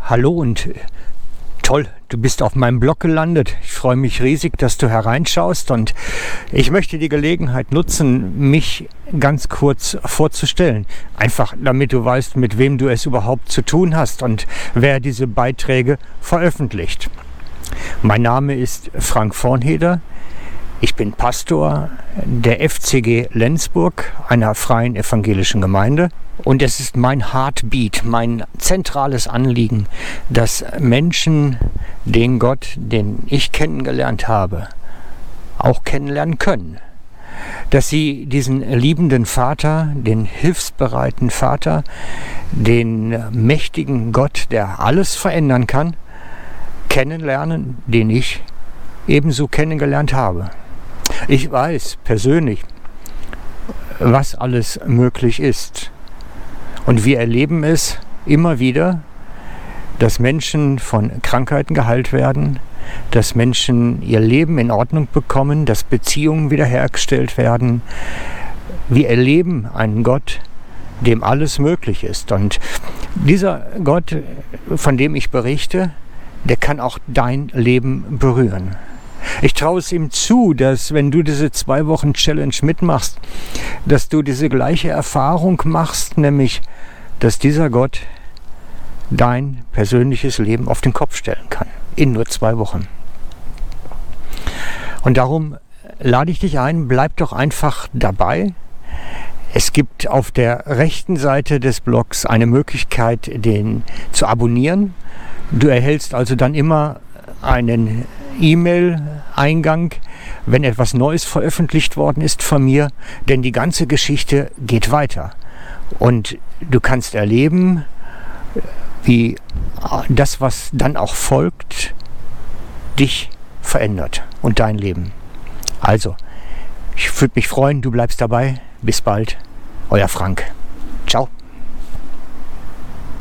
Hallo und toll, du bist auf meinem Blog gelandet. Ich freue mich riesig, dass du hereinschaust und ich möchte die Gelegenheit nutzen, mich ganz kurz vorzustellen. Einfach damit du weißt, mit wem du es überhaupt zu tun hast und wer diese Beiträge veröffentlicht. Mein Name ist Frank Vornheder. Ich bin Pastor der FCG Lenzburg, einer freien evangelischen Gemeinde. Und es ist mein Heartbeat, mein zentrales Anliegen, dass Menschen den Gott, den ich kennengelernt habe, auch kennenlernen können. Dass sie diesen liebenden Vater, den hilfsbereiten Vater, den mächtigen Gott, der alles verändern kann, kennenlernen, den ich ebenso kennengelernt habe. Ich weiß persönlich, was alles möglich ist. Und wir erleben es immer wieder, dass Menschen von Krankheiten geheilt werden, dass Menschen ihr Leben in Ordnung bekommen, dass Beziehungen wiederhergestellt werden. Wir erleben einen Gott, dem alles möglich ist. Und dieser Gott, von dem ich berichte, der kann auch dein Leben berühren. Ich traue es ihm zu, dass wenn du diese 2 Wochen Challenge mitmachst, dass du diese gleiche Erfahrung machst, nämlich, dass dieser Gott dein persönliches Leben auf den Kopf stellen kann. In nur 2 Wochen. Und darum lade ich dich ein, bleib doch einfach dabei. Es gibt auf der rechten Seite des Blogs eine Möglichkeit, den zu abonnieren. Du erhältst also dann immer einen E-Mail-Eingang, wenn etwas Neues veröffentlicht worden ist von mir, denn die ganze Geschichte geht weiter. Und du kannst erleben, wie das, was dann auch folgt, dich verändert und dein Leben. Also, ich würde mich freuen, du bleibst dabei. Bis bald, euer Frank. Ciao.